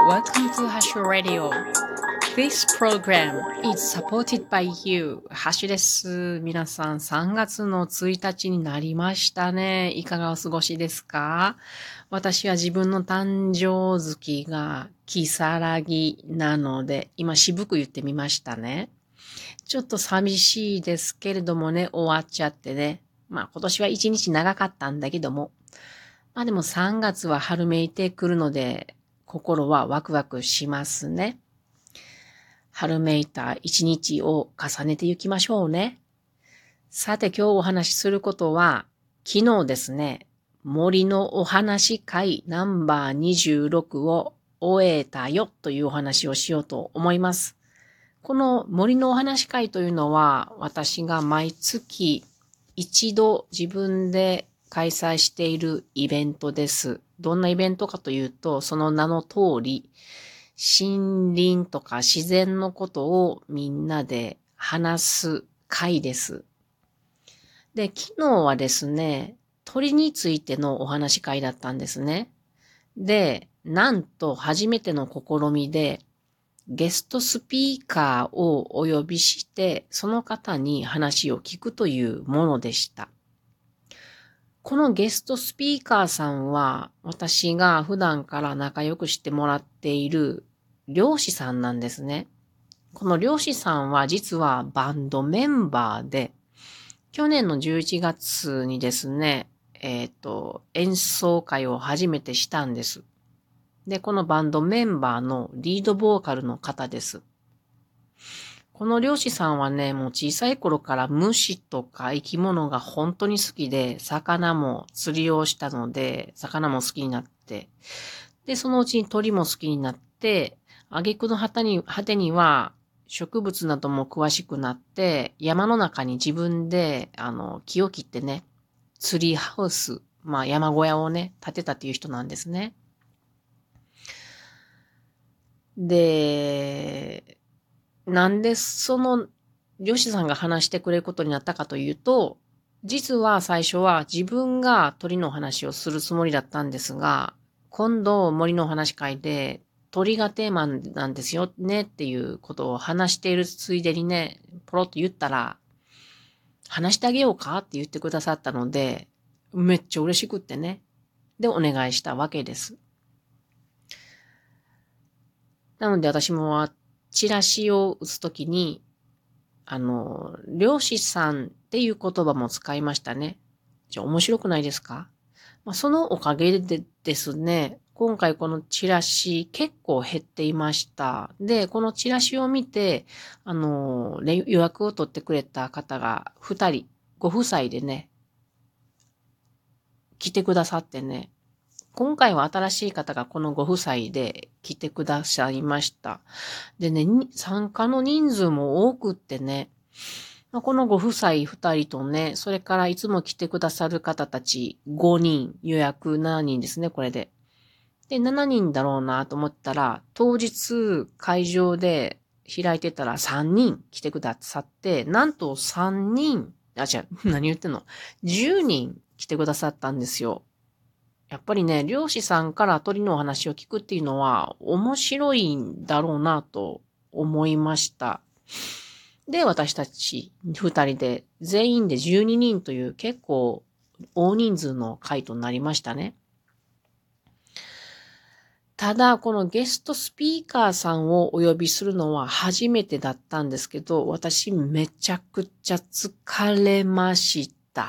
Welcome to Hash Radio. This program is supported by you. ハッシュです。皆さん3月の1日になりましたね。いかがお過ごしですか？私は自分の誕生月がキサラギなので、今渋く言ってみましたね。ちょっと寂しいですけれどもね、終わっちゃってね。今年は1日長かったんだけども。でも3月は春めいてくるので、心はワクワクしますね。春めいた一日を重ねていきましょうね。さて今日お話しすることは、昨日ですね、森のお話会ナンバー26を終えたよというお話をしようと思います。この森のお話会というのは、私が毎月一度自分で開催しているイベントです。どんなイベントかというと、その名の通り、森林とか自然のことをみんなで話す会です。で、昨日はですね、鳥についてのお話会だったんですね。で、なんと初めての試みで、ゲストスピーカーをお呼びして、その方に話を聞くというものでした。このゲストスピーカーさんは、私が普段から仲良くしてもらっている漁師さんなんですね。この漁師さんは実はバンドメンバーで、去年の11月にですね、演奏会を初めてしたんです。で、このバンドメンバーのリードボーカルの方です。この漁師さんはね、もう小さい頃から虫とか生き物が本当に好きで、魚も釣りをしたので、魚も好きになって、で、そのうちに鳥も好きになって、挙句の果てには植物なども詳しくなって、山の中に自分で、木を切ってね、ツリーハウス、山小屋をね、建てたっていう人なんですね。で、なんでその漁師さんが話してくれることになったかというと、実は最初は自分が鳥の話をするつもりだったんですが、今度森の話会で鳥がテーマなんですよねっていうことを話しているついでにね、ポロッと言ったら、話してあげようかって言ってくださったので、めっちゃ嬉しくってね。で、お願いしたわけです。なので私もチラシを打つときに、漁師さんっていう言葉も使いましたね。面白くないですか？そのおかげでですね、今回このチラシ結構減っていました。で、このチラシを見て、予約を取ってくれた方が2人、ご夫妻でね、来てくださってね、今回は新しい方がこのご夫妻で来てくださいました。でね、参加の人数も多くってね、このご夫妻2人とね、それからいつも来てくださる方たち5人、予約7人ですね、これで。で、7人だろうなと思ったら、当日会場で開いてたら3人来てくださって、なんと3人、何言ってんの ?10 人来てくださったんですよ。やっぱりね、漁師さんから鳥のお話を聞くっていうのは面白いんだろうなと思いました。で、私たち2人で全員で12人という結構大人数の会となりましたね。ただ、このゲストスピーカーさんをお呼びするのは初めてだったんですけど、私めちゃくちゃ疲れました。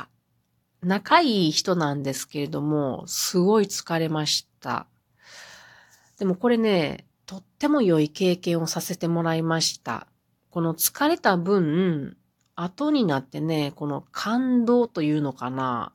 仲いい人なんですけれども、すごい疲れました。でもこれね、とっても良い経験をさせてもらいました。この疲れた分、後になってね、この感動というのかな、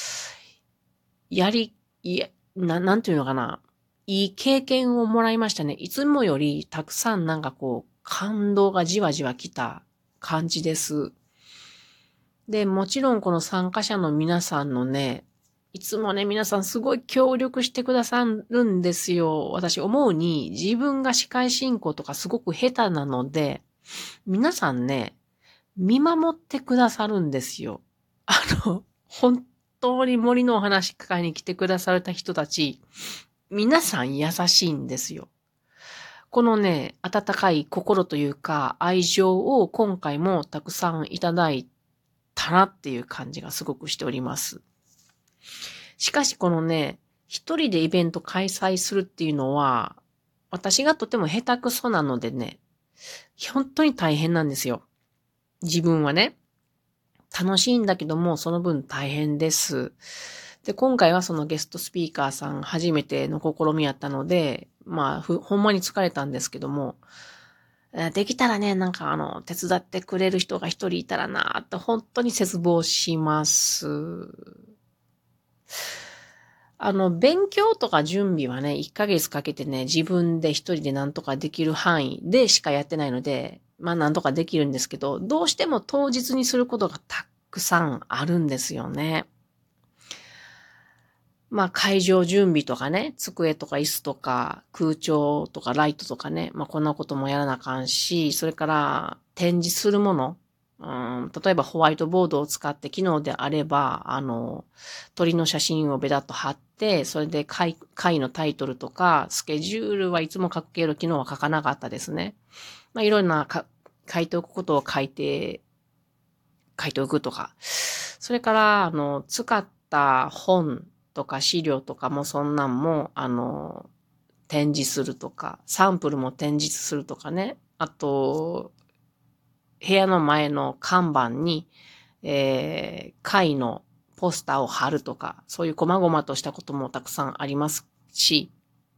なんていうのかな、いい経験をもらいましたね。いつもよりたくさん感動がじわじわ来た感じです。で、もちろんこの参加者の皆さんのね、いつもね、皆さんすごい協力してくださるんですよ。私思うに、自分が司会進行とかすごく下手なので、皆さんね、見守ってくださるんですよ。本当に森のお話会に来てくださった人たち、皆さん優しいんですよ。 このね、温かい心というか、愛情を今回もたくさんいただいたなっていう感じがすごくしております。しかしこのね、一人でイベント開催するっていうのは、私がとても下手くそなのでね、本当に大変なんですよ。自分はね、楽しいんだけども、その分大変です。で、今回はそのゲストスピーカーさん初めての試みやったので、ほんまに疲れたんですけども、できたらね、手伝ってくれる人が一人いたらなぁと、本当に切望します。勉強とか準備はね、1ヶ月かけてね、自分で一人でなんとかできる範囲でしかやってないので、なんとかできるんですけど、どうしても当日にすることがたくさんあるんですよね。会場準備とかね、机とか椅子とか空調とかライトとかね、こんなこともやらなあかんし、それから展示するもの、例えばホワイトボードを使って機能であれば、鳥の写真をベタッと貼って、それで会のタイトルとか、スケジュールはいつも書くけど、昨日は書かなかったですね。いろんな書いておくことを書いておくとか。それから、使った本とか資料とかもそんなんも、展示するとか、サンプルも展示するとかね。あと、部屋の前の看板に、会のポスターを貼るとか、そういう細々としたこともたくさんありますし、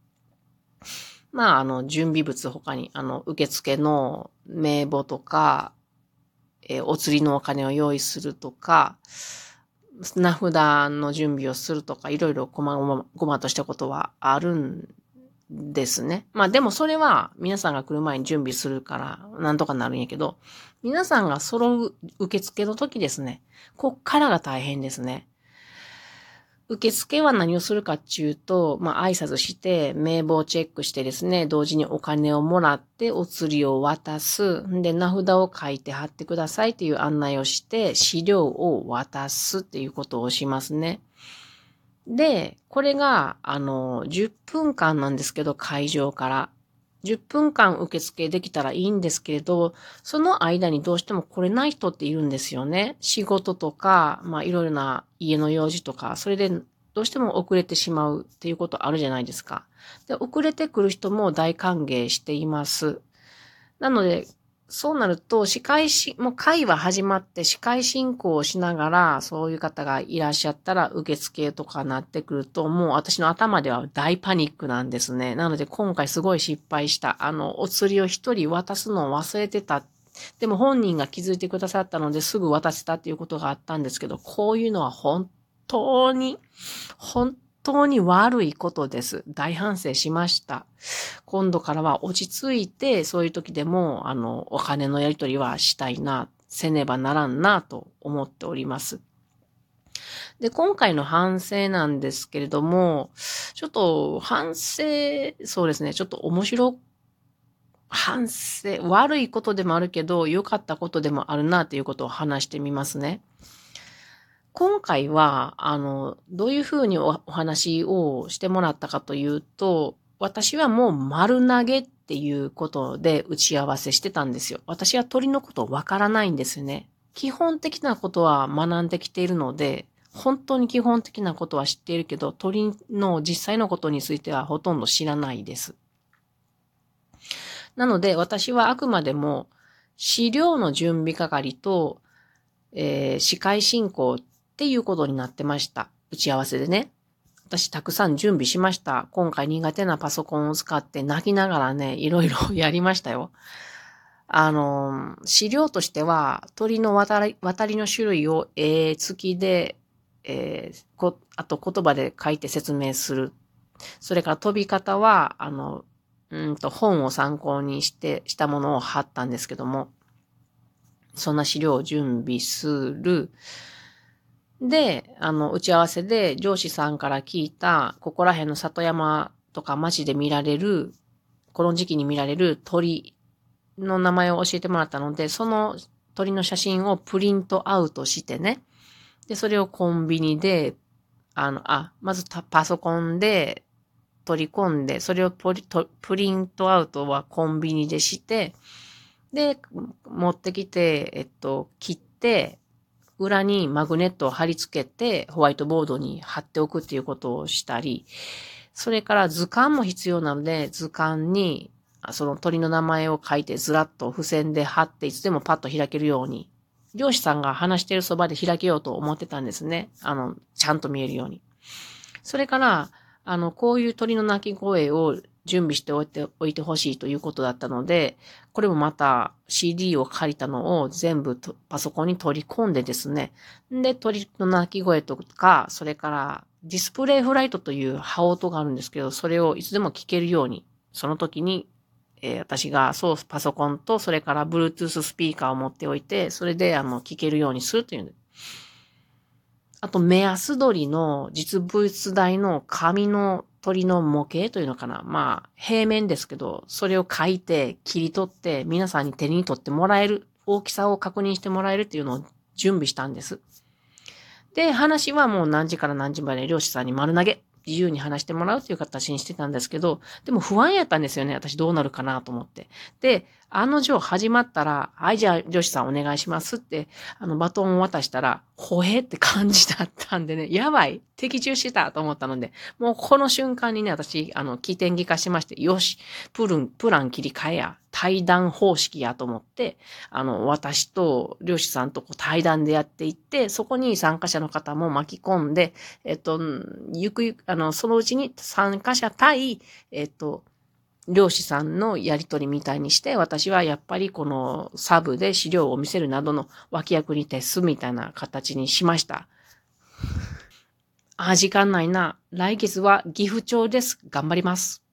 準備物他に、受付の名簿とか、お釣りのお金を用意するとか、名札の準備をするとか、いろいろ細々としたことはあるんですね。でもそれは皆さんが来る前に準備するからなんとかなるんやけど、皆さんが揃う受付の時ですね。こっからが大変ですね。受付は何をするかっていうと、挨拶して、名簿をチェックしてですね、同時にお金をもらってお釣りを渡す。で、名札を書いて貼ってくださいっていう案内をして、資料を渡すっていうことをしますね。で、これが、10分間なんですけど、会場から。10分間受付できたらいいんですけれど、その間にどうしても来れない人っているんですよね。仕事とか、いろいろな家の用事とか、それでどうしても遅れてしまうっていうことあるじゃないですか。で、遅れてくる人も大歓迎しています。なので、そうなると、もう会は始まって司会進行をしながら、そういう方がいらっしゃったら、受付とかなってくると、もう私の頭では大パニックなんですね。なので、今回すごい失敗した。お釣りを一人渡すのを忘れてた。でも本人が気づいてくださったので、すぐ渡せたっていうことがあったんですけど、こういうのは本当に悪いことです。大反省しました。今度からは落ち着いて、そういう時でも、お金のやり取りはしたいな、せねばならんな、と思っております。で、今回の反省なんですけれども、ちょっとそうですね、ちょっと悪いことでもあるけど、良かったことでもあるな、ということを話してみますね。今回は、どういうふうにお話をしてもらったかというと、私はもう丸投げっていうことで打ち合わせしてたんですよ。私は鳥のことわからないんですね。基本的なことは学んできているので、本当に基本的なことは知っているけど、鳥の実際のことについてはほとんど知らないです。なので、私はあくまでも資料の準備係と、司会進行っていうことになってました。打ち合わせでね。私たくさん準備しました。今回苦手なパソコンを使って泣きながらね、いろいろやりましたよ。資料としては、鳥の渡りの種類を絵付きで、あと言葉で書いて説明する。それから飛び方は、本を参考にしたものを貼ったんですけども、そんな資料を準備する。で、打ち合わせで上司さんから聞いた、ここら辺の里山とか町で見られる、この時期に見られる鳥の名前を教えてもらったので、その鳥の写真をプリントアウトしてね。で、それをコンビニで、まずパソコンで取り込んで、それをプリントアウトはコンビニでして、で、持ってきて、切って、裏にマグネットを貼り付けて、ホワイトボードに貼っておくっていうことをしたり、それから図鑑も必要なので、図鑑に、その鳥の名前を書いてずらっと付箋で貼って、いつでもパッと開けるように、漁師さんが話しているそばで開けようと思ってたんですね。ちゃんと見えるように。それから、こういう鳥の鳴き声を準備しておいてほしいということだったので、これもまた CD を借りたのを全部パソコンに取り込んでですね。で、鳥の鳴き声とか、それからディスプレイフライトという波音があるんですけど、それをいつでも聞けるように、その時に、私がパソコンとそれから Bluetooth スピーカーを持っておいて、それで聞けるようにするという。あと、目安取りの実物大の紙の鳥の模型というのかな。まあ、平面ですけど、それを書いて、切り取って、皆さんに手に取ってもらえる、大きさを確認してもらえるっていうのを準備したんです。で、話はもう何時から何時まで漁師さんに丸投げ。自由に話してもらうという形にしてたんですけど、でも不安やったんですよね。私どうなるかなと思って。で、案の定始まったら、はい、じゃあ、漁師さんお願いしますって、バトンを渡したら、ほへって感じだったんでね、やばい、的中したと思ったので、もうこの瞬間にね、私、起点技化しまして、よし、プラン切り替えや、対談方式やと思って、私と漁師さんと対談でやっていって、そこに参加者の方も巻き込んで、そのうちに参加者対、漁師さんのやりとりみたいにして、私はやっぱりこのサブで資料を見せるなどの脇役に徹すみたいな形にしました。時間ないな。来月は岐阜町です。頑張ります。